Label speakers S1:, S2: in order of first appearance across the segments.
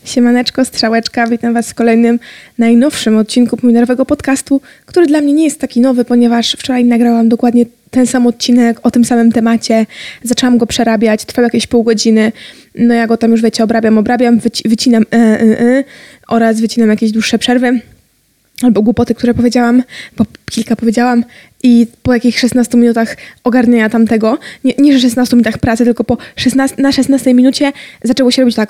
S1: Siemaneczko, strzałeczka, witam Was w kolejnym, najnowszym odcinku pomidorowego podcastu, który dla mnie nie jest taki nowy, ponieważ wczoraj nagrałam dokładnie ten sam odcinek o tym samym temacie. Zaczęłam go przerabiać, trwał jakieś pół godziny. No ja go tam już wiecie, obrabiam, wycinam oraz wycinam jakieś dłuższe przerwy albo głupoty, które powiedziałam, bo kilka powiedziałam i po jakichś 16 minutach ogarniania tamtego, nie że 16 minutach pracy, tylko na 16 minucie zaczęło się robić tak.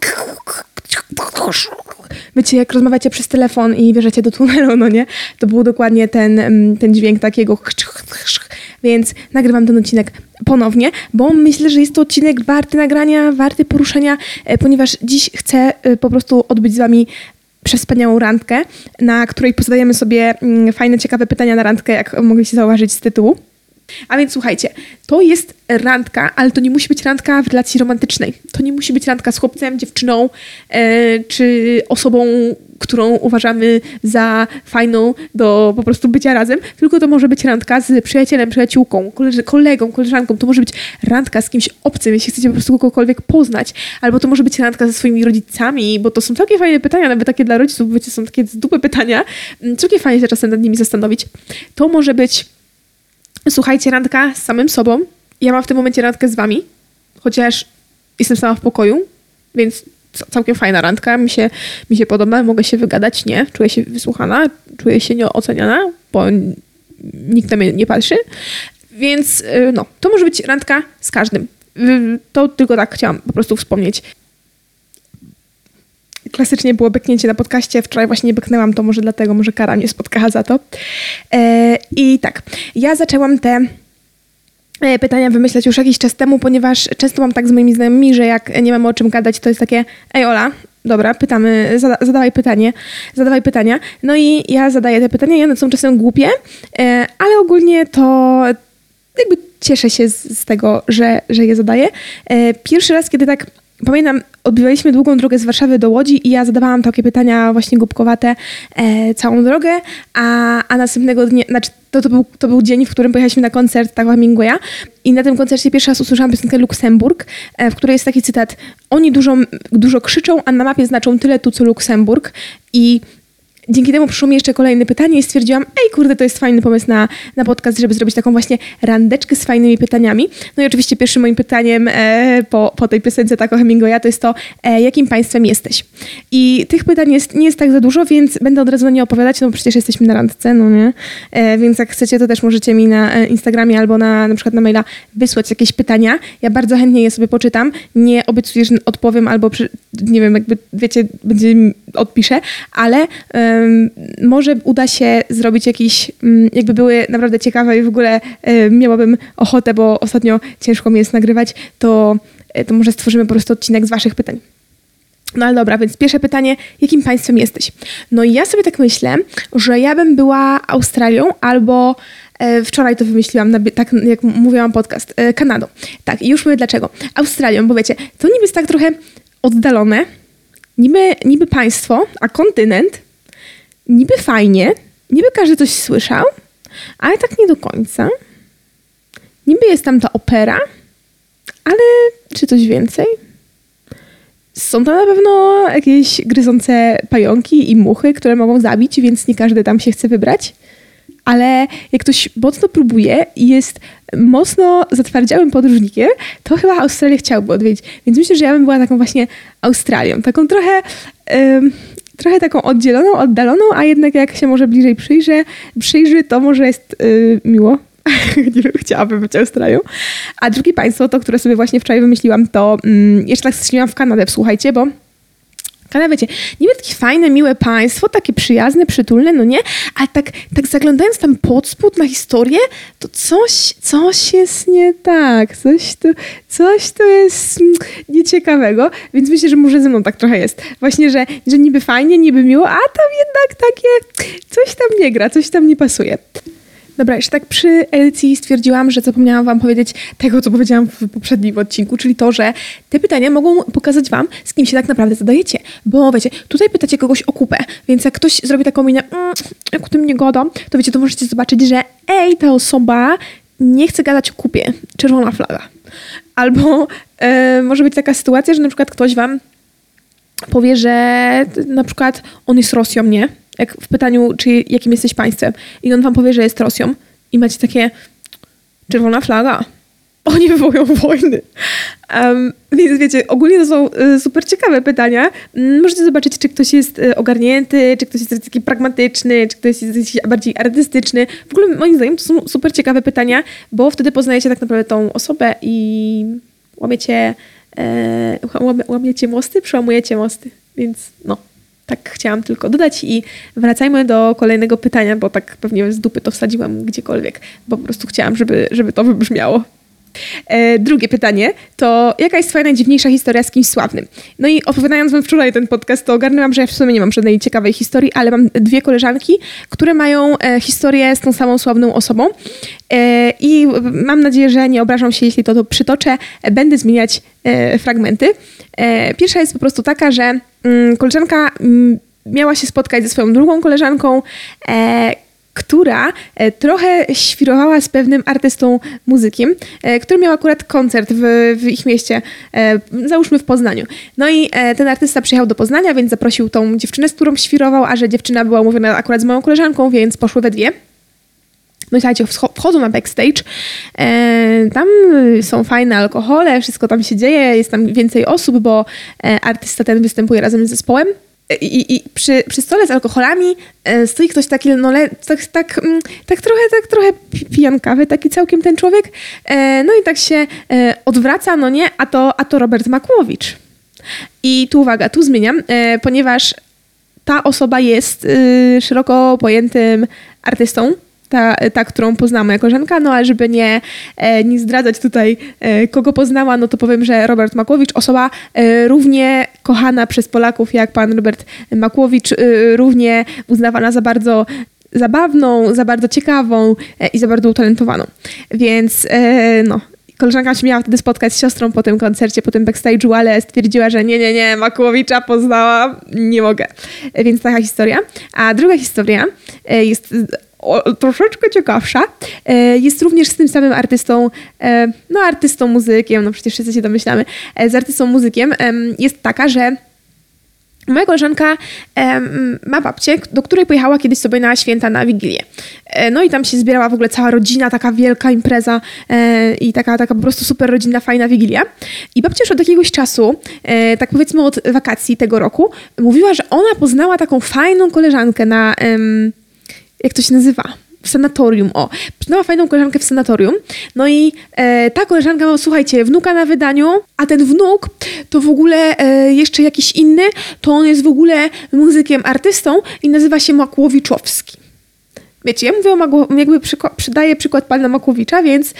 S1: Wiecie, jak rozmawiacie przez telefon i bierzecie do tunelu, no nie? To był dokładnie ten dźwięk takiego. Więc nagrywam ten odcinek ponownie, bo myślę, że jest to odcinek warty nagrania, warty poruszenia, ponieważ dziś chcę po prostu odbyć z Wami przewspaniałą randkę, na której pozadajemy sobie fajne, ciekawe pytania na randkę, jak mogliście zauważyć z tytułu. A więc słuchajcie, to jest randka, ale to nie musi być randka w relacji romantycznej. To nie musi być randka z chłopcem, dziewczyną, czy osobą, którą uważamy za fajną do po prostu bycia razem, tylko to może być randka z przyjacielem, przyjaciółką, kolegą, koleżanką. To może być randka z kimś obcym, jeśli chcecie po prostu kogokolwiek poznać. Albo to może być randka ze swoimi rodzicami, bo to są takie fajne pytania, nawet takie dla rodziców, wiecie, są takie z dupy pytania. Takie fajnie się czasem nad nimi zastanowić. To może być, słuchajcie, randka z samym sobą. Ja mam w tym momencie randkę z Wami, chociaż jestem sama w pokoju, więc całkiem fajna randka, mi się podoba, mogę się wygadać, nie, czuję się wysłuchana, czuję się nieoceniana, bo nikt na mnie nie patrzy, więc no, to może być randka z każdym. To tylko tak chciałam po prostu wspomnieć. Klasycznie było beknięcie na podcaście, wczoraj właśnie nie beknęłam, to może dlatego, może kara mnie spotkała za to. I tak, ja zaczęłam te pytania wymyślać już jakiś czas temu, ponieważ często mam tak z moimi znajomymi, że jak nie mamy o czym gadać, to jest takie: ej Ola, dobra, pytamy, zadawaj pytania. No i ja zadaję te pytania i one są czasem głupie, ale ogólnie to jakby cieszę się z tego, że je zadaję. Pierwszy raz, kiedy tak pamiętam, odbywaliśmy długą drogę z Warszawy do Łodzi i ja zadawałam takie pytania właśnie głupkowate całą drogę, a następnego dnia, znaczy to był dzień, w którym pojechaliśmy na koncert Taco Hemingwaya i na tym koncercie pierwszy raz usłyszałam piosenkę Luksemburg, w której jest taki cytat: oni dużo krzyczą, a na mapie znaczą tyle tu, co Luksemburg. I dzięki temu przyszło mi jeszcze kolejne pytanie i stwierdziłam: ej kurde, to jest fajny pomysł na podcast, żeby zrobić taką właśnie randeczkę z fajnymi pytaniami. No i oczywiście pierwszym moim pytaniem po tej piosence Taco Hemingwaya to jest to: jakim państwem jesteś? I tych pytań nie jest tak za dużo, więc będę od razu na nie opowiadać, no bo przecież jesteśmy na randce, no nie? Więc jak chcecie, to też możecie mi na Instagramie albo na przykład na maila wysłać jakieś pytania. Ja bardzo chętnie je sobie poczytam. Nie obiecuję, że odpowiem albo nie wiem, jakby wiecie, odpiszę, ale może uda się zrobić jakieś, jakby były naprawdę ciekawe i w ogóle miałabym ochotę, bo ostatnio ciężko mi jest nagrywać, to może stworzymy po prostu odcinek z Waszych pytań. No ale dobra, więc pierwsze pytanie: jakim państwem jesteś? No i ja sobie tak myślę, że ja bym była Australią albo wczoraj to wymyśliłam, tak jak mówiłam podcast, Kanadą. Tak, i już mówię dlaczego. Australią, bo wiecie, to niby jest tak trochę oddalone, niby państwo, a kontynent, niby fajnie, niby każdy coś słyszał, ale tak nie do końca. Niby jest tam ta opera, ale czy coś więcej? Są tam na pewno jakieś gryzące pająki i muchy, które mogą zabić, więc nie każdy tam się chce wybrać. Ale jak ktoś mocno próbuje i jest mocno zatwardziałym podróżnikiem, to chyba Australię chciałby odwiedzić. Więc myślę, że ja bym była taką właśnie Australią. Taką trochę taką oddzieloną, oddaloną, a jednak jak się może bliżej przyjrzy, to może jest miło. Nie wiem, chciałabym być Australią. A drugie państwo, to które sobie właśnie wczoraj wymyśliłam, to jeszcze tak strzeliłam w Kanadę, słuchajcie, bo Kanada, wiecie, niby takie fajne, miłe państwo, takie przyjazne, przytulne, no nie? Ale tak zaglądając tam pod spód na historię, to coś jest nie tak. Coś to jest nieciekawego, więc myślę, że może ze mną tak trochę jest. Właśnie, że niby fajnie, niby miło, a tam jednak takie coś tam nie gra, coś tam nie pasuje. Dobra, jeszcze tak przy edycji stwierdziłam, że zapomniałam Wam powiedzieć tego, co powiedziałam w poprzednim odcinku, czyli to, że te pytania mogą pokazać Wam, z kim się tak naprawdę zadajecie. Bo wiecie, tutaj pytacie kogoś o kupę, więc jak ktoś zrobi taką minę, jak o tym nie gadam, to wiecie, to możecie zobaczyć, że ta osoba nie chce gadać o kupie. Czerwona flaga. Albo może być taka sytuacja, że na przykład ktoś Wam powie, że na przykład on jest Rosją, nie? Jak w pytaniu, jakim jesteś państwem. I on wam powie, że jest Rosją. I macie takie czerwona flaga. Oni wywołują wojny. Więc wiecie, ogólnie to są super ciekawe pytania. Możecie zobaczyć, czy ktoś jest ogarnięty, czy ktoś jest taki pragmatyczny, czy ktoś jest jakiś bardziej artystyczny. W ogóle moim zdaniem to są super ciekawe pytania, bo wtedy poznajecie tak naprawdę tą osobę i łamiecie mosty, przełamujecie mosty. Więc no, tak chciałam tylko dodać i wracajmy do kolejnego pytania, bo tak pewnie z dupy to wsadziłam gdziekolwiek, bo po prostu chciałam, żeby to wybrzmiało. Drugie pytanie to jaka jest twoja najdziwniejsza historia z kimś sławnym? No i opowiadając wam wczoraj ten podcast, to ogarnęłam, że ja w sumie nie mam żadnej ciekawej historii, ale mam 2 koleżanki, które mają historię z tą samą sławną osobą i mam nadzieję, że nie obrażą się, jeśli to przytoczę. Będę zmieniać fragmenty. Pierwsza jest po prostu taka, że koleżanka miała się spotkać ze swoją drugą koleżanką, która trochę świrowała z pewnym artystą, muzykiem, który miał akurat koncert w ich mieście, załóżmy w Poznaniu. No i ten artysta przyjechał do Poznania, więc zaprosił tą dziewczynę, z którą świrował, a że dziewczyna była umówiona akurat z moją koleżanką, więc poszły we dwie. No i słuchajcie, wchodzą na backstage, tam są fajne alkohole, wszystko tam się dzieje, jest tam więcej osób, bo artysta ten występuje razem z zespołem. I przy stole z alkoholami stoi ktoś taki, tak trochę pijankawy, taki całkiem ten człowiek. No i tak się odwraca, no nie, a to Robert Makłowicz. I tu uwaga, tu zmieniam, ponieważ ta osoba jest szeroko pojętym artystą, ta, którą poznała moja koleżanka, no ale żeby nie zdradzać tutaj, kogo poznała, no to powiem, że Robert Makłowicz, osoba równie kochana przez Polaków jak pan Robert Makłowicz, równie uznawana za bardzo zabawną, za bardzo ciekawą i za bardzo utalentowaną. Więc no, koleżanka się miała wtedy spotkać z siostrą po tym koncercie, po tym backstage'u, ale stwierdziła, że nie, Makłowicza poznałam, nie mogę. Więc taka historia. A druga historia jest troszeczkę ciekawsza. Jest również z tym samym artystą, artystą, muzykiem, no przecież wszyscy się domyślamy, z artystą, muzykiem. Jest taka, że moja koleżanka ma babcię, do której pojechała kiedyś sobie na święta, na Wigilię. No i tam się zbierała w ogóle cała rodzina, taka wielka impreza i taka po prostu super rodzinna, fajna Wigilia. I babcia już od jakiegoś czasu, tak powiedzmy od wakacji tego roku, mówiła, że ona poznała taką fajną koleżankę na... jak to się nazywa? W sanatorium. Poznała fajną koleżankę w sanatorium. No i ta koleżanka ma, słuchajcie, wnuka na wydaniu, a ten wnuk to w ogóle jeszcze jakiś inny, to on jest w ogóle muzykiem, artystą i nazywa się Makłowiczowski. Wiecie, ja mówię przydaję przykład pana Makłowicza, więc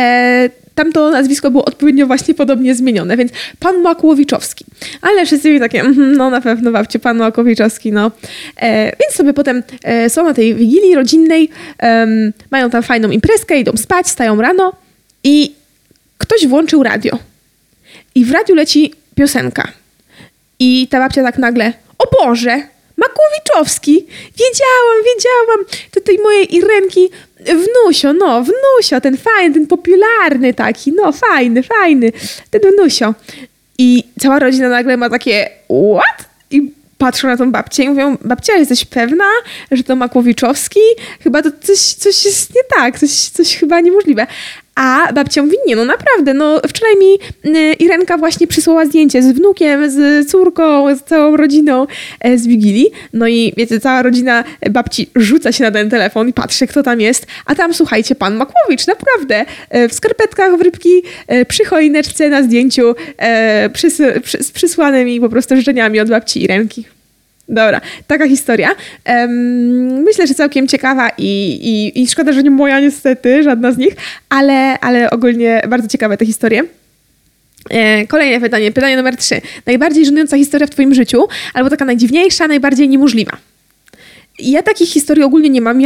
S1: tamto nazwisko było odpowiednio właśnie podobnie zmienione, więc pan Makłowiczowski. Ale wszyscy mi takie, no na pewno babciu, pan Makłowiczowski, no. Więc sobie potem są na tej wigilii rodzinnej, mają tam fajną imprezkę, idą spać, stają rano i ktoś włączył radio. I w radiu leci piosenka. I ta babcia tak nagle, o Boże, Makłowiczowski, wiedziałam, to tej mojej Irenki, wnusio, ten fajny, ten popularny taki, no fajny, ten wnusio. I cała rodzina nagle ma takie, what? I patrzą na tą babcię i mówią, babcia, jesteś pewna, że to Makłowiczowski? Chyba to coś jest nie tak, coś chyba niemożliwe. A babcia mówi, nie, no naprawdę, no wczoraj mi Irenka właśnie przysłała zdjęcie z wnukiem, z córką, z całą rodziną z Wigilii. No i wiecie, cała rodzina babci rzuca się na ten telefon i patrzy, kto tam jest. A tam, słuchajcie, pan Makłowicz, naprawdę, w skarpetkach, w rybki, przy choineczce na zdjęciu, z przysłanymi po prostu życzeniami od babci Irenki. Dobra, taka historia. Myślę, że całkiem ciekawa i szkoda, że nie moja niestety, żadna z nich, ale ogólnie bardzo ciekawe te historie. Kolejne pytanie numer 3. Najbardziej żenująca historia w twoim życiu, albo taka najdziwniejsza, najbardziej niemożliwa. Ja takich historii ogólnie nie mam. Ja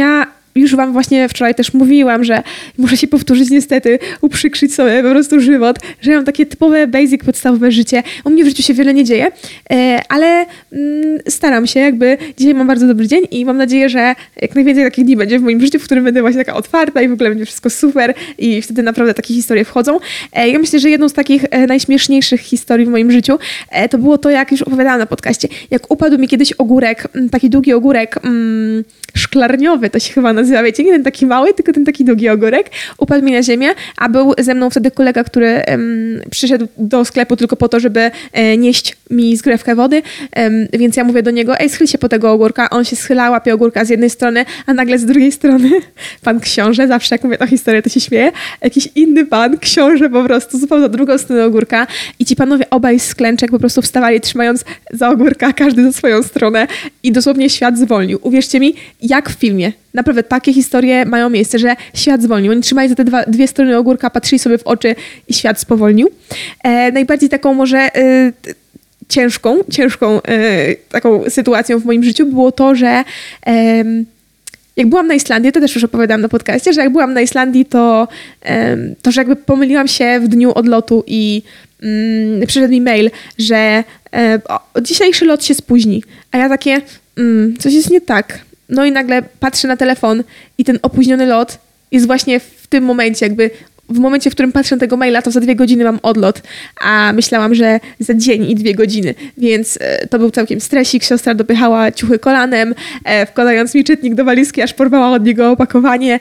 S1: już wam właśnie wczoraj też mówiłam, że muszę się powtórzyć niestety, uprzykrzyć sobie po prostu żywot, że mam takie typowe basic, podstawowe życie. U mnie w życiu się wiele nie dzieje, ale staram się jakby. Dzisiaj mam bardzo dobry dzień i mam nadzieję, że jak najwięcej takich dni będzie w moim życiu, w którym będę właśnie taka otwarta i w ogóle będzie wszystko super i wtedy naprawdę takie historie wchodzą. Ja myślę, że jedną z takich najśmieszniejszych historii w moim życiu to było to, jak już opowiadałam na podcaście, jak upadł mi kiedyś ogórek, taki długi ogórek, szklarniowy to się chyba nazywa, wiecie, nie ten taki mały, tylko ten taki długi ogórek, upadł mi na ziemię, a był ze mną wtedy kolega, który przyszedł do sklepu tylko po to, żeby nieść mi zgrzewkę wody, więc ja mówię do niego, schyl się po tego ogórka, on się schyla, łapie ogórka z jednej strony, a nagle z drugiej strony pan książę, zawsze jak mówię tą historię, to się śmieje, jakiś inny pan, książę po prostu, zupełnie na drugą stronę ogórka i ci panowie obaj z klęczek po prostu wstawali, trzymając za ogórka, każdy za swoją stronę i dosłownie świat zwolnił. Uwierzcie mi, jak w filmie. Naprawdę takie historie mają miejsce, że świat zwolnił. Oni trzymali za te dwie strony ogórka, patrzyli sobie w oczy i świat spowolnił. Najbardziej taką może ciężką taką sytuacją w moim życiu było to, że jak byłam na Islandii, to też już opowiadałam na podcaście, że jak byłam na Islandii, to że jakby pomyliłam się w dniu odlotu i przyszedł mi mail, że dzisiejszy lot się spóźni. A ja takie, coś jest nie tak. No i nagle patrzę na telefon i ten opóźniony lot jest właśnie w tym momencie, jakby w momencie, w którym patrzę na tego maila, to za 2 godziny mam odlot, a myślałam, że za dzień i 2 godziny, więc to był całkiem stresik. Siostra dopychała ciuchy kolanem, wkładając mi czytnik do walizki, aż porwała od niego opakowanie.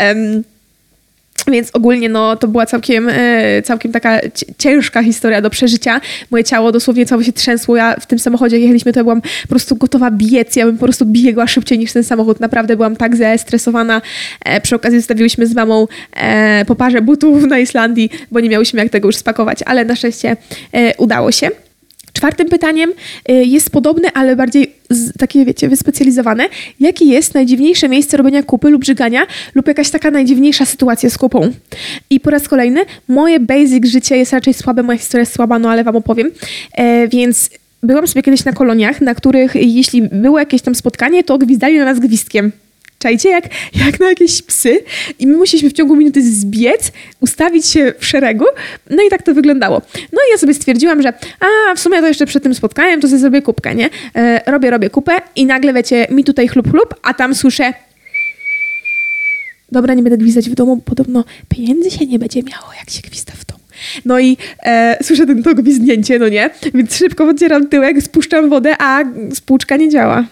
S1: Więc ogólnie no, to była całkiem taka ciężka historia do przeżycia. Moje ciało dosłownie całe się trzęsło. Ja w tym samochodzie, jak jechaliśmy, to ja byłam po prostu gotowa biec. Ja bym po prostu biegła szybciej niż ten samochód. Naprawdę byłam tak zestresowana. Przy okazji zostawiłyśmy z mamą po parze butów na Islandii, bo nie miałyśmy jak tego już spakować, ale na szczęście udało się. 4. pytaniem jest podobne, ale bardziej takie, wiecie, wyspecjalizowane. Jakie jest najdziwniejsze miejsce robienia kupy lub żygania lub jakaś taka najdziwniejsza sytuacja z kupą? I po raz kolejny, moje basic życie jest raczej słabe, moja historia jest słaba, no ale wam opowiem. Więc byłam sobie kiedyś na koloniach, na których jeśli było jakieś tam spotkanie, to gwizdali na nas gwizdkiem. Czajcie, jak na jakieś psy i my musieliśmy w ciągu minuty zbiec, ustawić się w szeregu, no i tak to wyglądało. No i ja sobie stwierdziłam, że w sumie to jeszcze przed tym spotkaniem to sobie zrobię kupkę, nie? Robię kupę i nagle, wiecie, mi tutaj chlup, a tam słyszę dobra, nie będę gwizdać w domu, podobno pieniędzy się nie będzie miało, jak się gwizda w domu. No i słyszę to gwizdnięcie, no nie? Więc szybko odcieram tyłek, spuszczam wodę, a spłuczka nie działa.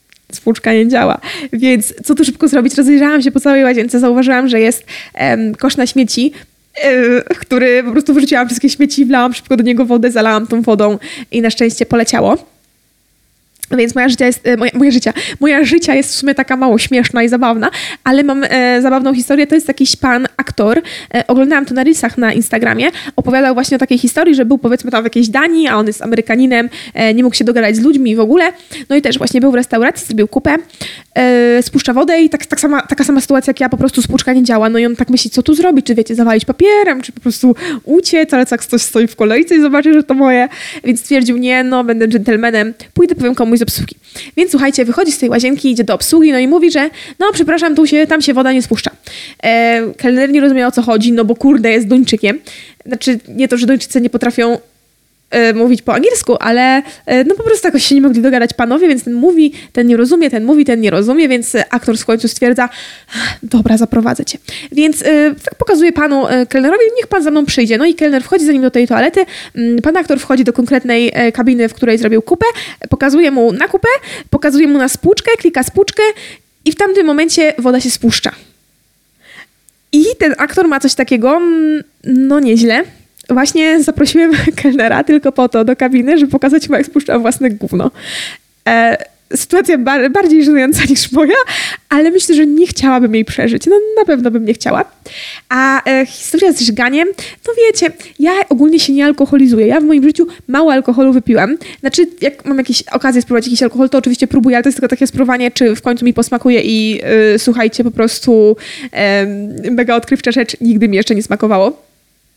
S1: Więc co tu szybko zrobić? Rozejrzałam się po całej łazience, zauważyłam, że jest kosz na śmieci, który po prostu wyrzuciłam wszystkie śmieci, wlałam szybko do niego wodę, zalałam tą wodą i na szczęście poleciało. Więc moja życia jest w sumie taka mało śmieszna i zabawna, ale mam zabawną historię. To jest jakiś pan, aktor. Oglądałam to na Reelsach na Instagramie. Opowiadał właśnie o takiej historii, że był powiedzmy tam w jakiejś Danii, a on jest Amerykaninem, nie mógł się dogadać z ludźmi i w ogóle. No i też właśnie był w restauracji, zrobił kupę, spuszcza wodę i taka sama sytuacja jak ja, po prostu spłuczka nie działa. No i on tak myśli, co tu zrobić? Czy wiecie, zawalić papierem, czy po prostu uciec, ale tak ktoś stoi w kolejce i zobaczy, że to moje. Więc stwierdził, nie, no będę dżentelmenem, pójdę, powiem komuś z obsługi. Więc słuchajcie, wychodzi z tej łazienki, idzie do obsługi, no i mówi, że no przepraszam, tam się woda nie spuszcza. Kelner nie rozumie, o co chodzi, no bo kurde jest Duńczykiem. Znaczy nie to, że Duńczycy nie potrafią mówić po angielsku, ale no po prostu jakoś się nie mogli dogadać panowie, więc ten mówi, ten nie rozumie, ten mówi, ten nie rozumie, więc aktor w końcu stwierdza, dobra, zaprowadzę cię. Więc tak pokazuje panu kelnerowi, niech pan za mną przyjdzie. No i kelner wchodzi za nim do tej toalety, pan aktor wchodzi do konkretnej kabiny, w której zrobił kupę, pokazuje mu na kupę, pokazuje mu na spłuczkę, klika spłuczkę i w tamtym momencie woda się spuszcza. I ten aktor ma coś takiego, no nieźle. Właśnie zaprosiłem kelnera tylko po to do kabiny, żeby pokazać mu, jak spuszczam własne gówno. Sytuacja bardziej żenująca niż moja, ale myślę, że nie chciałabym jej przeżyć. No na pewno bym nie chciała. A historia z żyganiem, no wiecie, ja ogólnie się nie alkoholizuję. Ja w moim życiu mało alkoholu wypiłam. Znaczy, jak mam jakieś okazję spróbować jakiś alkohol, to oczywiście próbuję, ale to jest tylko takie spróbowanie, czy w końcu mi posmakuje i słuchajcie, po prostu mega odkrywcza rzecz, nigdy mi jeszcze nie smakowało.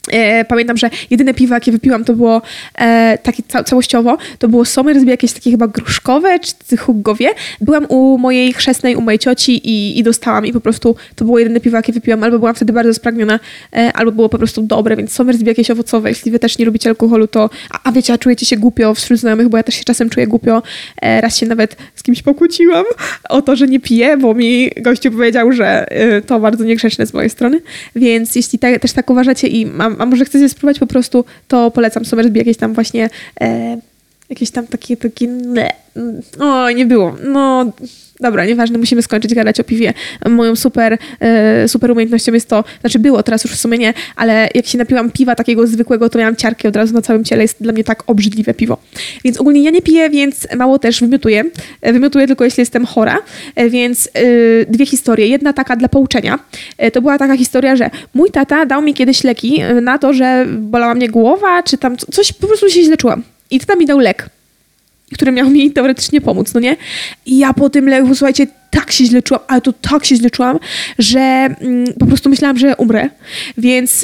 S1: Pamiętam, że jedyne piwo, jakie wypiłam, to było takie całościowo, to było Somersby, jakieś takie chyba gruszkowe, czy Huggowie. Byłam u mojej chrzestnej, u mojej cioci i dostałam i po prostu to było jedyne piwo, jakie wypiłam. Albo byłam wtedy bardzo spragniona, albo było po prostu dobre, więc Somersby jakieś owocowe. Jeśli wy też nie lubicie alkoholu, to... A wiecie, a czujecie się głupio wśród znajomych, bo ja też się czasem czuję głupio. Raz się nawet z kimś pokłóciłam o to, że nie piję, bo mi gościu powiedział, że to bardzo niegrzeczne z mojej strony. Więc jeśli też tak uważacie a może chcecie spróbować po prostu, to polecam Somersby jakieś tam właśnie jakieś tam takie nie było. No dobra, nieważne, musimy skończyć gadać o piwie. Moją super umiejętnością jest to, znaczy było, teraz już w sumie nie, ale jak się napiłam piwa takiego zwykłego, to miałam ciarki od razu na całym ciele. Jest dla mnie tak obrzydliwe piwo. Więc ogólnie ja nie piję, więc mało też wymiotuję. Wymiotuję tylko, jeśli jestem chora. Więc 2 historie. Jedna taka dla pouczenia. To była taka historia, że mój tata dał mi kiedyś leki na to, że bolała mnie głowa, czy tam coś, po prostu się źle czułam. I tata mi dał lek, który miał mi teoretycznie pomóc, no nie? I ja po tym leku, słuchajcie, tak się źle czułam, ale to tak się źle czułam, że po prostu myślałam, że umrę. Więc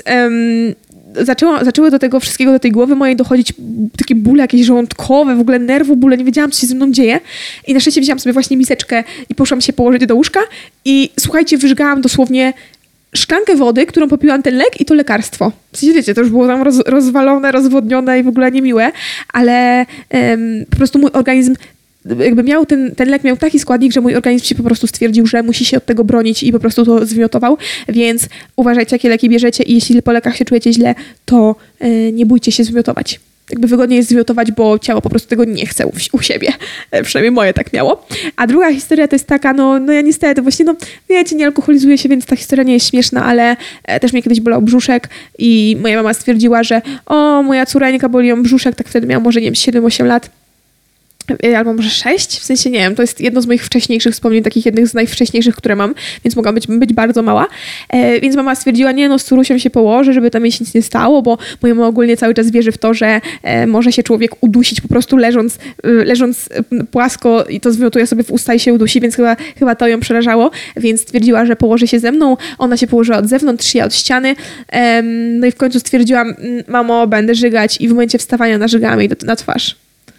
S1: zaczęły do tego wszystkiego, do tej głowy mojej dochodzić takie bóle jakieś żołądkowe, w ogóle bóle, nie wiedziałam, co się ze mną dzieje. I na szczęście wzięłam sobie właśnie miseczkę i poszłam się położyć do łóżka i słuchajcie, wyżgałam dosłownie szklankę wody, którą popiłam ten lek i to lekarstwo. W sensie, wiecie, to już było tam rozwalone, rozwodnione i w ogóle niemiłe, ale po prostu mój organizm jakby miał ten lek miał taki składnik, że mój organizm się po prostu stwierdził, że musi się od tego bronić i po prostu to zwymiotował, więc uważajcie, jakie leki bierzecie i jeśli po lekach się czujecie źle, to nie bójcie się zwymiotować. Jakby wygodniej jest zwymiotować, bo ciało po prostu tego nie chce u siebie. Przynajmniej moje tak miało. A druga historia to jest taka, no ja niestety właśnie, wiecie, nie alkoholizuję się, więc ta historia nie jest śmieszna, ale też mnie kiedyś bolał brzuszek i moja mama stwierdziła, że moja córeńka boli ją brzuszek, tak wtedy miała może, nie wiem, 7-8 lat. Albo może 6, w sensie nie wiem, to jest jedno z moich wcześniejszych wspomnień, takich jednych z najwcześniejszych, które mam, więc mogła być bardzo mała. Więc mama stwierdziła, z córusią się położę, żeby tam jej się nic nie stało, bo moja mama ogólnie cały czas wierzy w to, że może się człowiek udusić po prostu leżąc płasko i to zwymiotuje sobie w usta i się udusi, więc chyba to ją przerażało, więc stwierdziła, że położy się ze mną. Ona się położyła od zewnątrz, ja od ściany. No i w końcu stwierdziłam, mamo, będę żygać i w momencie wstawania narzygałam jej na twarz.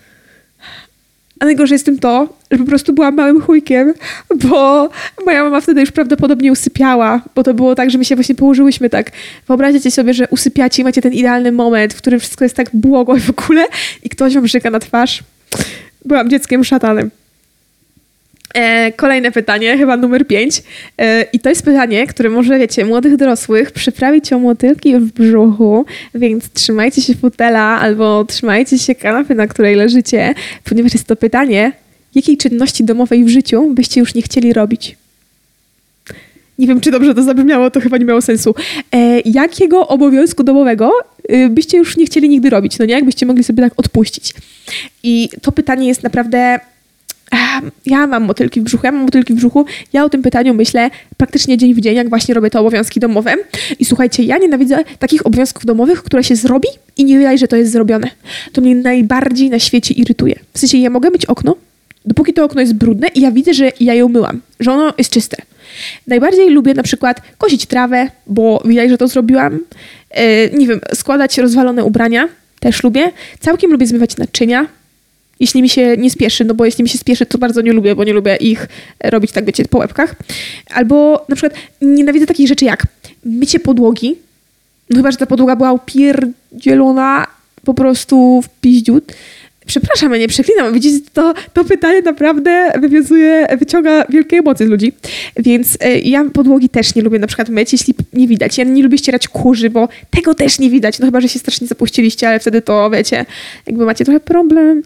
S1: A najgorsze jest tym to, że po prostu byłam małym chujkiem, bo moja mama wtedy już prawdopodobnie usypiała, bo to było tak, że my się właśnie położyłyśmy tak. Wyobraźcie sobie, że usypiacie i macie ten idealny moment, w którym wszystko jest tak błogo i w ogóle i ktoś wam żyga na twarz. Byłam dzieckiem szatanem. Kolejne pytanie, chyba numer 5. I to jest pytanie, które może, wiecie, młodych dorosłych przyprawić o motylki w brzuchu, więc trzymajcie się fotela albo trzymajcie się kanapy, na której leżycie, ponieważ jest to pytanie, jakiej czynności domowej w życiu byście już nie chcieli robić? Nie wiem, czy dobrze to zabrzmiało, to chyba nie miało sensu. Jakiego obowiązku domowego byście już nie chcieli nigdy robić? No nie, jakbyście mogli sobie tak odpuścić. I to pytanie jest naprawdę... Ja mam motylki w brzuchu. Ja o tym pytaniu myślę praktycznie dzień w dzień, jak właśnie robię te obowiązki domowe. I słuchajcie, ja nienawidzę takich obowiązków domowych, które się zrobi i nie widać, że to jest zrobione. To mnie najbardziej na świecie irytuje. W sensie ja mogę myć okno, dopóki to okno jest brudne i ja widzę, że ja je umyłam, że ono jest czyste. Najbardziej lubię na przykład kosić trawę, bo widać, że to zrobiłam. Nie wiem, składać rozwalone ubrania. Też lubię. Całkiem lubię zmywać naczynia. Jeśli mi się nie spieszy, bo jeśli mi się spieszy, to bardzo nie lubię, bo nie lubię ich robić tak, wiecie, po łebkach. Albo na przykład nienawidzę takich rzeczy jak mycie podłogi. No chyba, że ta podłoga była upierdzielona po prostu w piździu. Przepraszam, ja nie przeklinam. Widzicie, to pytanie naprawdę wyciąga wielkie emocje z ludzi. Więc ja podłogi też nie lubię na przykład myć, jeśli nie widać. Ja nie lubię ścierać kurzy, bo tego też nie widać. No chyba, że się strasznie zapuściliście, ale wtedy to, wiecie, jakby macie trochę problem.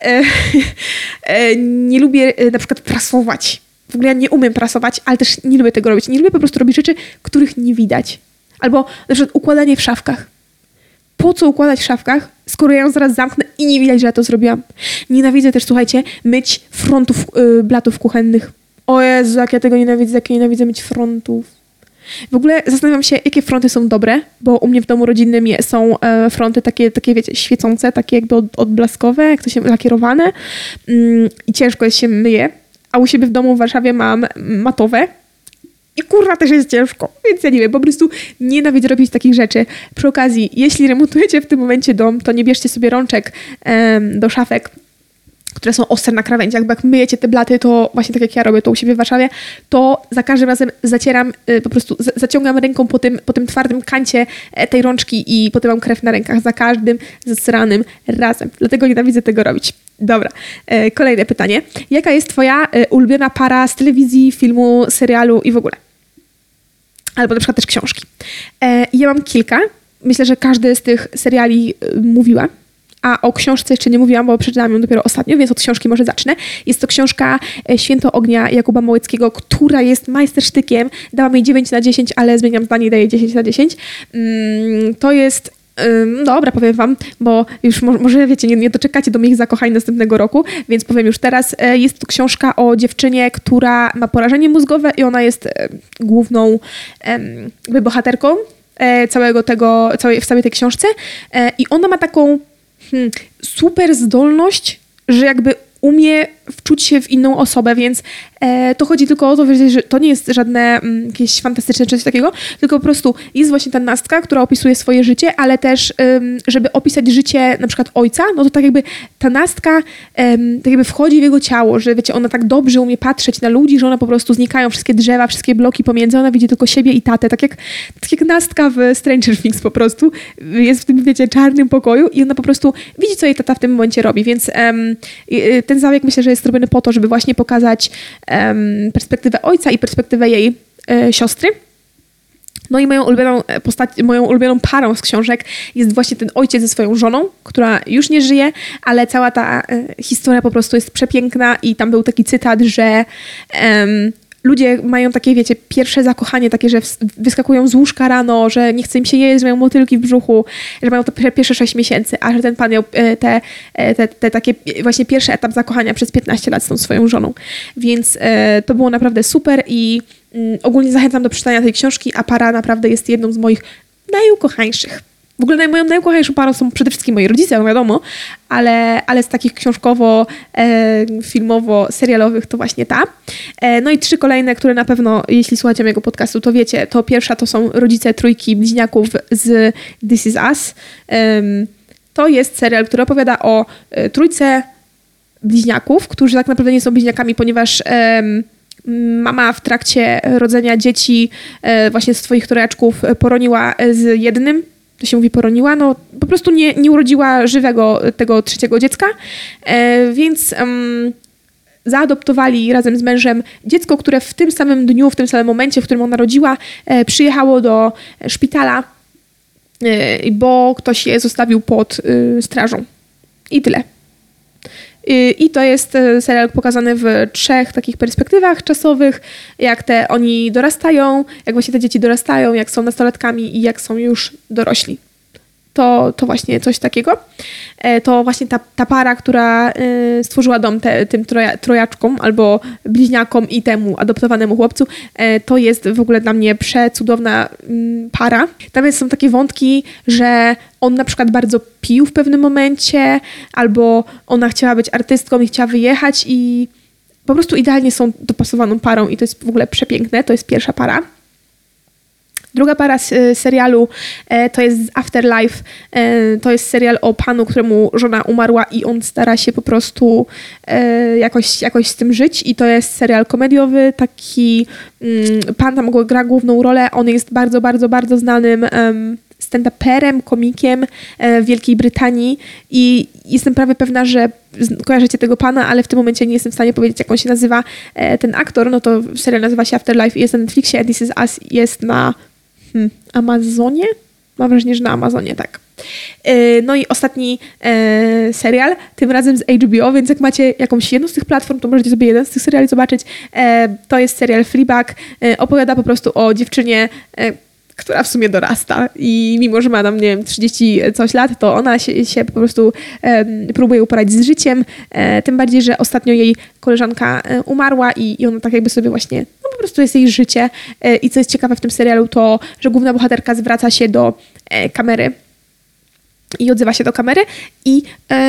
S1: Nie lubię na przykład prasować. W ogóle ja nie umiem prasować, ale też nie lubię tego robić. Nie lubię po prostu robić rzeczy, których nie widać. Albo na przykład układanie w szafkach. Po co układać w szafkach, skoro ja ją zaraz zamknę i nie widać, że ja to zrobiłam? Nienawidzę też, słuchajcie, myć frontów blatów kuchennych. O Jezu, jak ja tego nienawidzę, jak ja nienawidzę myć frontów. W ogóle zastanawiam się, jakie fronty są dobre, bo u mnie w domu rodzinnym są fronty takie, wiecie, świecące, takie jakby odblaskowe, jak to się lakierowane i ciężko się myje. A u siebie w domu w Warszawie mam matowe I kurwa też jest ciężko, więc ja nie wiem, po prostu nienawidzę robić takich rzeczy. Przy okazji, jeśli remontujecie w tym momencie dom, to nie bierzcie sobie rączek do szafek, które są ostre na krawędziach, bo jak myjecie te blaty, to właśnie tak jak ja robię to u siebie w Warszawie, to za każdym razem zacieram, po prostu zaciągam ręką po tym twardym kancie tej rączki i potem mam krew na rękach za każdym zasranym razem. Dlatego nienawidzę tego robić. Dobra, kolejne pytanie. Jaka jest twoja ulubiona para z telewizji, filmu, serialu i w ogóle? Albo na przykład też książki. Ja mam kilka. Myślę, że każdy z tych seriali mówiła. A o książce jeszcze nie mówiłam, bo przeczytałam ją dopiero ostatnio, więc od książki może zacznę. Jest to książka Święto Ognia Jakuba Małeckiego, która jest majstersztykiem. Dałam jej 9/10, ale zmieniam zdanie i daję 10/10. To jest... Dobra, powiem wam, bo już może wiecie, nie doczekacie do moich zakochań następnego roku, więc powiem już teraz. Jest to książka o dziewczynie, która ma porażenie mózgowe i ona jest główną jakby bohaterką w całej tej książce. I ona ma taką super zdolność, że jakby umie wczuć się w inną osobę, więc to chodzi tylko o to, że to nie jest żadne jakieś fantastyczne czy coś takiego, tylko po prostu jest właśnie ta Nastka, która opisuje swoje życie, ale też żeby opisać życie na przykład ojca, no to tak jakby ta Nastka tak jakby wchodzi w jego ciało, że wiecie, ona tak dobrze umie patrzeć na ludzi, że ona po prostu znikają wszystkie drzewa, wszystkie bloki pomiędzy, ona widzi tylko siebie i tatę, tak jak Nastka w Stranger Things po prostu jest w tym, wiecie, czarnym pokoju i ona po prostu widzi, co jej tata w tym momencie robi, więc ten zabieg myślę, że jest robiony po to, żeby właśnie pokazać perspektywę ojca i perspektywę jej siostry. No i moją ulubioną parą z książek jest właśnie ten ojciec ze swoją żoną, która już nie żyje, ale cała ta historia po prostu jest przepiękna i tam był taki cytat, że ludzie mają takie, wiecie, pierwsze zakochanie, takie, że wyskakują z łóżka rano, że nie chce im się jeść, że mają motylki w brzuchu, że mają to pierwsze 6 miesięcy, a że ten pan miał te takie właśnie pierwszy etap zakochania przez 15 lat z tą swoją żoną. Więc to było naprawdę super i ogólnie zachęcam do przeczytania tej książki, a para naprawdę jest jedną z moich najukochańszych. W ogóle moją najukochańszą parą są przede wszystkim moi rodzice, no wiadomo, ale z takich książkowo, filmowo, serialowych to właśnie ta. No i 3 kolejne, które na pewno, jeśli słuchacie mojego podcastu, to wiecie, to pierwsza to są rodzice trójki bliźniaków z This Is Us. To jest serial, który opowiada o trójce bliźniaków, którzy tak naprawdę nie są bliźniakami, ponieważ mama w trakcie rodzenia dzieci właśnie z twoich trojaczków poroniła z jednym. To się mówi poroniła, no po prostu nie urodziła żywego tego 3. dziecka, więc zaadoptowali razem z mężem dziecko, które w tym samym dniu, w tym samym momencie, w którym ona rodziła, przyjechało do szpitala, bo ktoś je zostawił pod strażą. I tyle. I to jest serial pokazany w 3 takich perspektywach czasowych, jak oni dorastają, jak właśnie te dzieci dorastają, jak są nastolatkami i jak są już dorośli. To właśnie coś takiego. To właśnie ta para, która stworzyła dom tym trojaczkom albo bliźniakom i temu adoptowanemu chłopcu, to jest w ogóle dla mnie przecudowna para. Tam są takie wątki, że on na przykład bardzo pił w pewnym momencie, albo ona chciała być artystką i chciała wyjechać i po prostu idealnie są dopasowaną parą i to jest w ogóle przepiękne. To jest pierwsza para. Druga para z serialu to jest Afterlife. To jest serial o panu, któremu żona umarła i on stara się po prostu jakoś z tym żyć. I to jest serial komediowy. Taki pan tam gra główną rolę. On jest bardzo, bardzo, bardzo znanym stand-uperem, komikiem w Wielkiej Brytanii i jestem prawie pewna, że kojarzycie tego pana, ale w tym momencie nie jestem w stanie powiedzieć, jak on się nazywa ten aktor. No to serial nazywa się Afterlife i jest na Netflixie, a This Is Us jest na Amazonie? Mam wrażenie, że na Amazonie, tak. No i ostatni serial, tym razem z HBO, więc jak macie jakąś jedną z tych platform, to możecie sobie jeden z tych seriali zobaczyć. To jest serial Fleabag. Opowiada po prostu o dziewczynie, która w sumie dorasta i mimo, że ma tam, nie wiem, 30 coś lat, to ona się po prostu próbuje uporać z życiem, tym bardziej, że ostatnio jej koleżanka umarła i ona tak jakby sobie właśnie, no po prostu jest jej życie i co jest ciekawe w tym serialu to, że główna bohaterka zwraca się do kamery i odzywa się do kamery i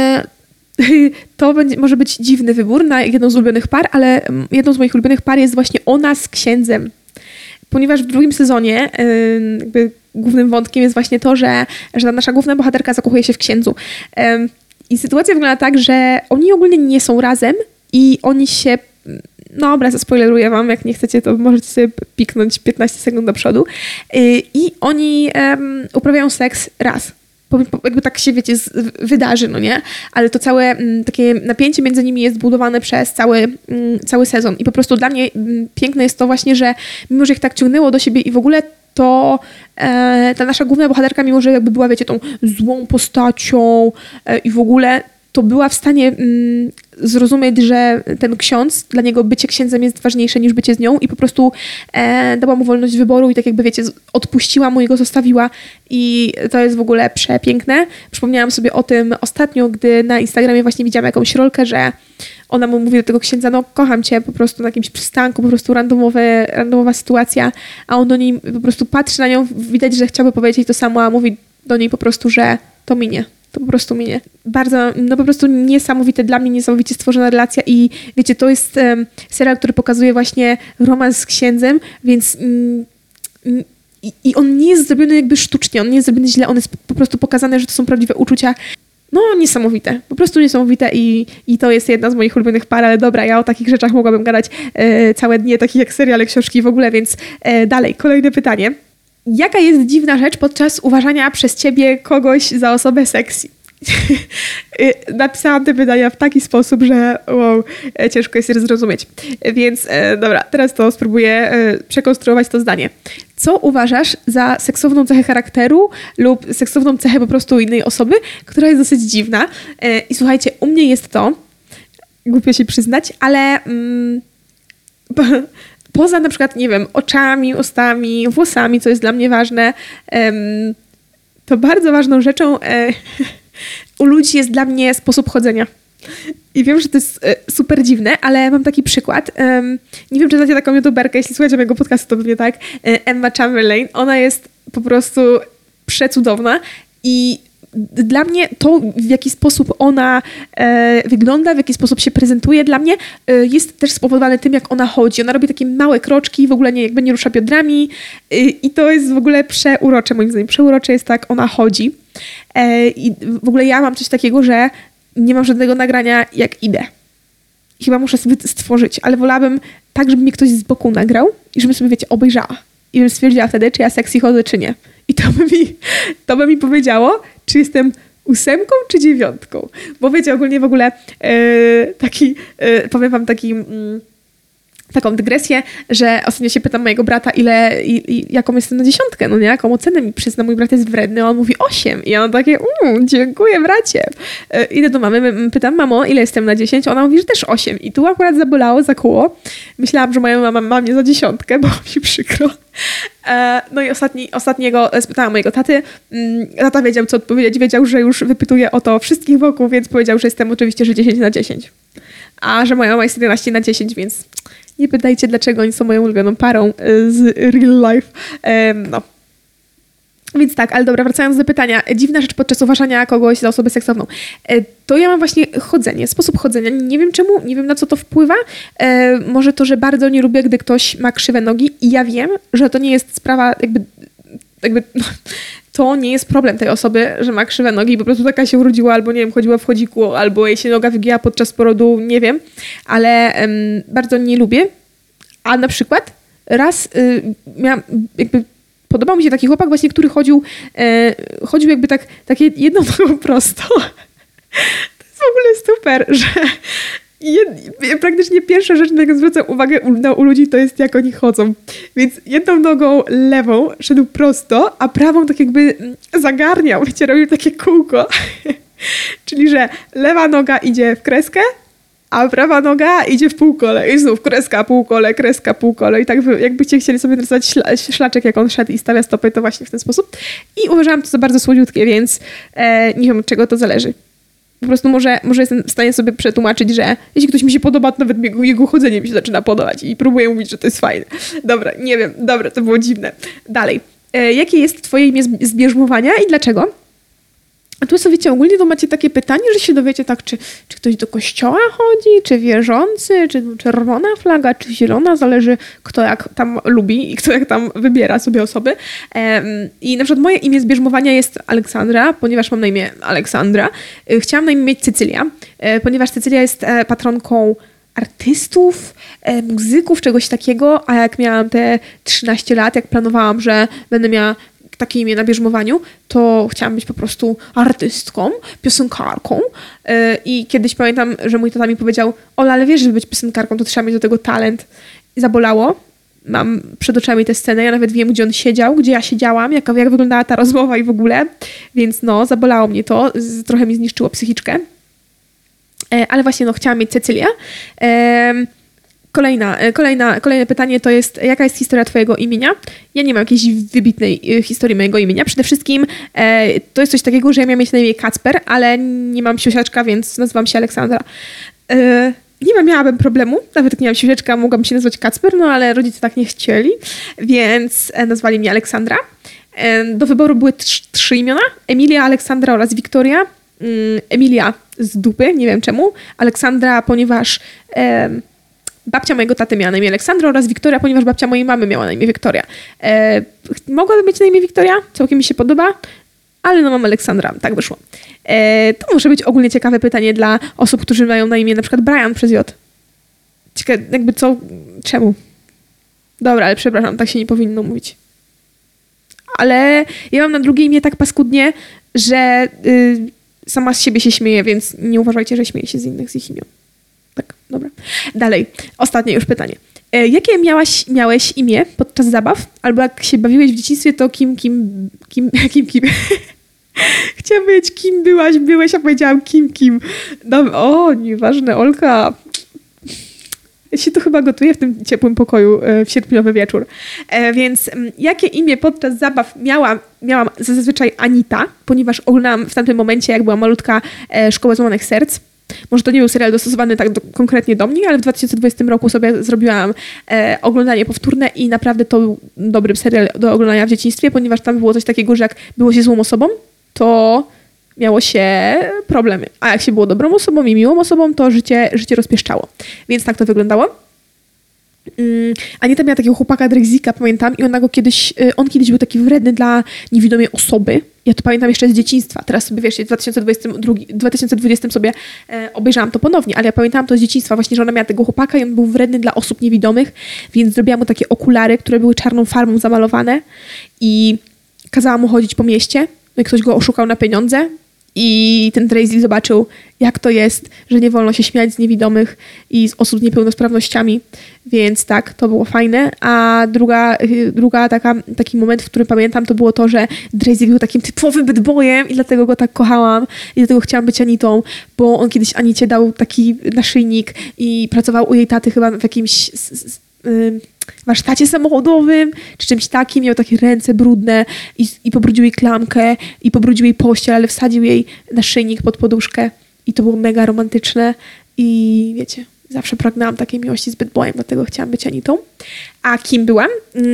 S1: to może być dziwny wybór na jedną z ulubionych par, ale jedną z moich ulubionych par jest właśnie ona z księdzem. ponieważ w drugim sezonie jakby głównym wątkiem jest właśnie to, że ta nasza główna bohaterka zakochuje się w księdzu. I sytuacja wygląda tak, że oni ogólnie nie są razem i oni się... No dobra, zaspoileruję wam, jak nie chcecie, to możecie sobie piknąć 15 sekund do przodu. I oni uprawiają seks raz. Jakby tak się, wiecie, wydarzy, no nie? Ale to całe takie napięcie między nimi jest budowane przez cały sezon. I po prostu dla mnie piękne jest to właśnie, że mimo, że ich tak ciągnęło do siebie i w ogóle to ta nasza główna bohaterka, mimo że jakby była, wiecie, tą złą postacią i w ogóle to była w stanie zrozumieć, że ten ksiądz, dla niego bycie księdzem jest ważniejsze niż bycie z nią i po prostu dała mu wolność wyboru i tak jakby, wiecie, odpuściła mu i go zostawiła i to jest w ogóle przepiękne. Przypomniałam sobie o tym ostatnio, gdy na Instagramie właśnie widziałam jakąś rolkę, że ona mu mówi do tego księdza, no kocham cię, po prostu na jakimś przystanku, po prostu randomowa sytuacja, a on do niej po prostu patrzy na nią, widać, że chciałby powiedzieć jej to samo, a mówi do niej po prostu, że to minie. To po prostu minie. Bardzo, no po prostu niesamowite, dla mnie niesamowicie stworzona relacja i wiecie, to jest serial, który pokazuje właśnie romans z księdzem, więc i on nie jest zrobiony jakby sztucznie, on nie jest zrobiony źle, on jest po prostu pokazane, że to są prawdziwe uczucia. No niesamowite, po prostu niesamowite i to jest jedna z moich ulubionych par, ale dobra, ja o takich rzeczach mogłabym gadać całe dnie, takich jak seriale, książki w ogóle, więc dalej, kolejne pytanie. Jaka jest dziwna rzecz podczas uważania przez ciebie kogoś za osobę sexy? Napisałam te pytania w taki sposób, że wow, ciężko jest je zrozumieć. Więc dobra, teraz to spróbuję przekonstruować to zdanie. Co uważasz za seksowną cechę charakteru lub seksowną cechę po prostu innej osoby, która jest dosyć dziwna? I słuchajcie, u mnie jest to, głupio się przyznać, ale... Poza na przykład, nie wiem, oczami, ustami, włosami, co jest dla mnie ważne, to bardzo ważną rzeczą u ludzi jest dla mnie sposób chodzenia. I wiem, że to jest super dziwne, ale mam taki przykład. Nie wiem, czy znacie taką youtuberkę, jeśli słuchacie mojego podcastu, to pewnie tak. Emma Chamberlain. Ona jest po prostu przecudowna i dla mnie to, w jaki sposób ona wygląda, w jaki sposób się prezentuje, dla mnie jest też spowodowane tym, jak ona chodzi. Ona robi takie małe kroczki, w ogóle jakby nie rusza biodrami i to jest w ogóle przeurocze, moim zdaniem. Przeurocze jest tak, ona chodzi. I w ogóle ja mam coś takiego, że nie mam żadnego nagrania, jak idę. I chyba muszę sobie stworzyć, ale wolałabym tak, żeby mnie ktoś z boku nagrał i żebym sobie, wiecie, obejrzała. I żebym stwierdziła wtedy, czy ja sexy chodzę, czy nie. I to by mi powiedziało, czy jestem 8 czy 9. Bo wiecie, ogólnie w ogóle powiem wam taką dygresję, że ostatnio się pytam mojego brata, jaką jestem na 10, no nie? Jaką ocenę mi przyzna. Mój brat jest wredny, a on mówi 8. I ja mam takie, dziękuję bracie. Idę do mamy, pytam, mamo, ile jestem na 10? Ona mówi, że też 8. I tu akurat zabolało, zakuło. Myślałam, że moja mama ma mnie za 10, bo mi przykro. No i ostatniego spytałam mojego taty. Tata wiedział, co odpowiedzieć. Wiedział, że już wypytuję o to wszystkich wokół, więc powiedział, że jestem oczywiście, że 10 na 10. A że moja mama jest 11 na 10, więc nie pytajcie, dlaczego oni są moją ulubioną parą z real life. No. Więc tak, ale dobra, wracając do pytania. Dziwna rzecz podczas uważania kogoś za osobę seksowną. To ja mam właśnie chodzenie, sposób chodzenia. Nie wiem czemu, nie wiem na co to wpływa. Może to, że bardzo nie lubię, gdy ktoś ma krzywe nogi i ja wiem, że to nie jest sprawa jakby to nie jest problem tej osoby, że ma krzywe nogi i po prostu taka się urodziła, albo nie wiem, chodziła w chodziku, albo jej się noga wygięła podczas porodu, nie wiem, ale bardzo nie lubię. A na przykład raz podobał mi się taki chłopak właśnie, który chodził jakby takie jedną nogą prosto. To jest w ogóle super, że praktycznie pierwsza rzecz, na jaką zwracam uwagę u ludzi, to jest jak oni chodzą. Więc jedną nogą lewą szedł prosto, a prawą tak jakby zagarniał, wiecie, robił takie kółko. Czyli, że lewa noga idzie w kreskę, a prawa noga idzie w półkole. I znów kreska, półkole. I tak jakbyście chcieli sobie narysować szlaczek, jak on szedł i stawia stopy, to właśnie w ten sposób. I uważałam to za bardzo słodziutkie, więc nie wiem, od czego to zależy. Po prostu może jestem w stanie sobie przetłumaczyć, że jeśli ktoś mi się podoba, to nawet jego chodzenie mi się zaczyna podobać i próbuję mówić, że to jest fajne. Dobra, nie wiem. Dobra, to było dziwne. Dalej. Jakie jest twoje imię z bierzmowania i dlaczego? A tu sobie, wiecie, ogólnie to macie takie pytanie, że się dowiecie tak, czy ktoś do kościoła chodzi, czy wierzący, czy czerwona flaga, czy zielona, zależy kto jak tam lubi i kto jak tam wybiera sobie osoby. I na przykład moje imię z bierzmowania jest Aleksandra, ponieważ mam na imię Aleksandra. Chciałam na imię mieć Cecylia, ponieważ Cecylia jest patronką artystów, muzyków, czegoś takiego, a jak miałam te 13 lat, jak planowałam, że będę miała takie imię na bierzmowaniu, to chciałam być po prostu artystką, piosenkarką i kiedyś pamiętam, że mój tata mi powiedział: Ola, ale wiesz, żeby być piosenkarką, to trzeba mieć do tego talent. I zabolało. Mam przed oczami tę scenę, ja nawet wiem, gdzie on siedział, gdzie ja siedziałam, jak wyglądała ta rozmowa i w ogóle, więc no, zabolało mnie to, trochę mi zniszczyło psychiczkę. Ale właśnie, no, chciałam mieć Cecylię. Kolejne pytanie to jest, jaka jest historia twojego imienia? Ja nie mam jakiejś wybitnej historii mojego imienia. Przede wszystkim to jest coś takiego, że ja miałam mieć na imię Kacper, ale nie mam siusiaczka, więc nazywam się Aleksandra. Nie miałabym problemu, nawet jak nie mam siusiaczka, mogłabym się nazywać Kacper, no ale rodzice tak nie chcieli, więc nazwali mnie Aleksandra. Do wyboru były 3 imiona: Emilia, Aleksandra oraz Wiktoria. Emilia z dupy, nie wiem czemu. Aleksandra, ponieważ babcia mojego taty miała na imię Aleksandra, oraz Wiktoria, ponieważ babcia mojej mamy miała na imię Wiktoria. Mogłabym mieć na imię Wiktoria, całkiem mi się podoba, ale no mam Aleksandra, tak wyszło. To może być ogólnie ciekawe pytanie dla osób, którzy mają na imię na przykład Brian przez J. Ciekawe, jakby co, czemu? Dobra, ale przepraszam, tak się nie powinno mówić. Ale ja mam na drugie imię tak paskudnie, że sama z siebie się śmieję, więc nie uważajcie, że śmieję się z innych, z ich imion. Tak, dobra. Dalej, ostatnie już pytanie. Jakie miałeś imię podczas zabaw? Albo jak się bawiłeś w dzieciństwie, to kim? Chciałam powiedzieć, kim byłeś, a powiedziałam kim. O, nieważne, Olka. Ja się tu chyba gotuję w tym ciepłym pokoju w sierpniowy wieczór. Więc jakie imię podczas zabaw miałam zazwyczaj Anita, ponieważ oglądałam w tamtym momencie, jak była malutka, Szkołę Złamanych Serc. Może to nie był serial dostosowany tak konkretnie do mnie, ale w 2020 roku sobie zrobiłam oglądanie powtórne i naprawdę to był dobry serial do oglądania w dzieciństwie, ponieważ tam było coś takiego, że jak było się złą osobą, to miało się problemy. A jak się było dobrą osobą i miłą osobą, to życie rozpieszczało. Więc tak to wyglądało. Anita miała takiego chłopaka Drexika, pamiętam, i on kiedyś był taki wredny dla niewidomej osoby. Ja to pamiętam jeszcze z dzieciństwa. Teraz sobie, wiesz, w 2020 sobie obejrzałam to ponownie, ale ja pamiętałam to z dzieciństwa właśnie, że ona miała tego chłopaka i on był wredny dla osób niewidomych, więc zrobiłam mu takie okulary, które były czarną farbą zamalowane i kazała mu chodzić po mieście, jak ktoś go oszukał na pieniądze. I ten Tracy zobaczył, jak to jest, że nie wolno się śmiać z niewidomych i z osób z niepełnosprawnościami. Więc tak, to było fajne. A druga taki moment, w którym pamiętam, to było to, że Tracy był takim typowym bad boyem i dlatego go tak kochałam. I dlatego chciałam być Anitą, bo on kiedyś Anicie dał taki naszyjnik i pracował u jej taty chyba w jakimś warsztacie samochodowym, czy czymś takim, miał takie ręce brudne i pobrudził jej klamkę i pobrudził jej pościel, ale wsadził jej naszyjnik pod poduszkę i to było mega romantyczne i wiecie, zawsze pragnęłam takiej miłości z bad boyem, dlatego chciałam być Anitą. A kim byłam?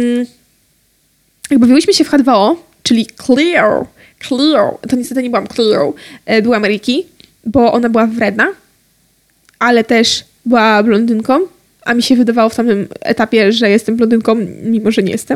S1: Jak bawiłyśmy się w H2O, czyli Cleo, to niestety nie byłam Cleo, byłam Ricky, bo ona była wredna, ale też była blondynką. A mi się wydawało w samym etapie, że jestem blondynką, mimo że nie jestem.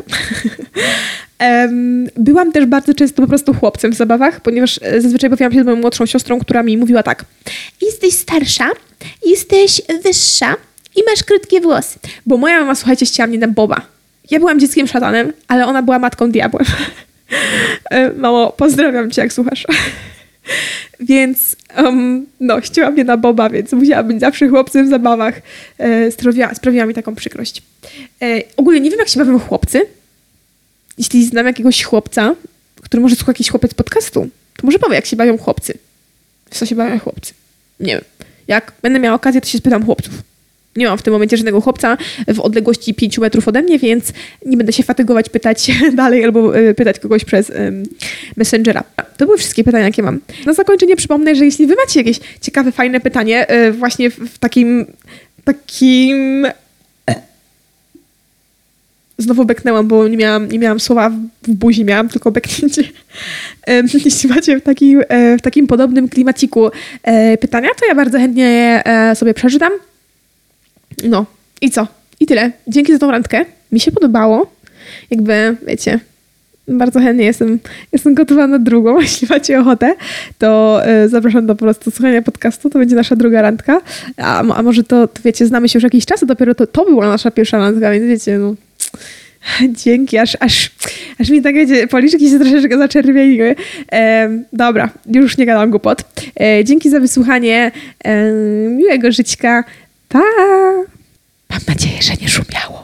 S1: Byłam też bardzo często po prostu chłopcem w zabawach, ponieważ zazwyczaj bawiłam się z moją młodszą siostrą, która mi mówiła tak: jesteś starsza, jesteś wyższa i masz krótkie włosy. Bo moja mama, słuchajcie, ścięła mnie na Boba. Ja byłam dzieckiem szatanem, ale ona była matką diabłem. Mamo, pozdrawiam cię, jak słuchasz. Więc ścięła mnie na Boba, więc musiałam być zawsze chłopcem w zabawach. Sprawiła mi taką przykrość. Ogólnie nie wiem, jak się bawią chłopcy. Jeśli znam jakiegoś chłopca, który może słucha jakiś chłopiec podcastu, to może powie, jak się bawią chłopcy. W co się bawią chłopcy? Nie wiem. Jak będę miała okazję, to się spytam chłopców. Nie mam w tym momencie żadnego chłopca w odległości 5 metrów ode mnie, więc nie będę się fatygować pytać dalej albo pytać kogoś przez Messengera. To były wszystkie pytania, jakie mam. Na zakończenie przypomnę, że jeśli wy macie jakieś ciekawe, fajne pytanie właśnie w takim Znowu beknęłam, bo nie miałam słowa w buzi, miałam tylko beknięcie. Jeśli macie w takim podobnym klimaciku pytania, to ja bardzo chętnie je sobie przeczytam. No i co? I tyle. Dzięki za tą randkę. Mi się podobało. Jakby, wiecie, bardzo chętnie jestem gotowa na drugą. Jeśli macie ochotę, to zapraszam do po prostu słuchania podcastu. To będzie nasza druga randka. A może to wiecie, znamy się już jakiś czas, a dopiero to była nasza pierwsza randka, więc wiecie, no... Dzięki, aż mi tak, wiecie, policzki się troszeczkę zaczerwieniły. Dobra, już nie gadam głupot. Dzięki za wysłuchanie. Miłego żyćka. Pa! Mam nadzieję, że nie szumiało.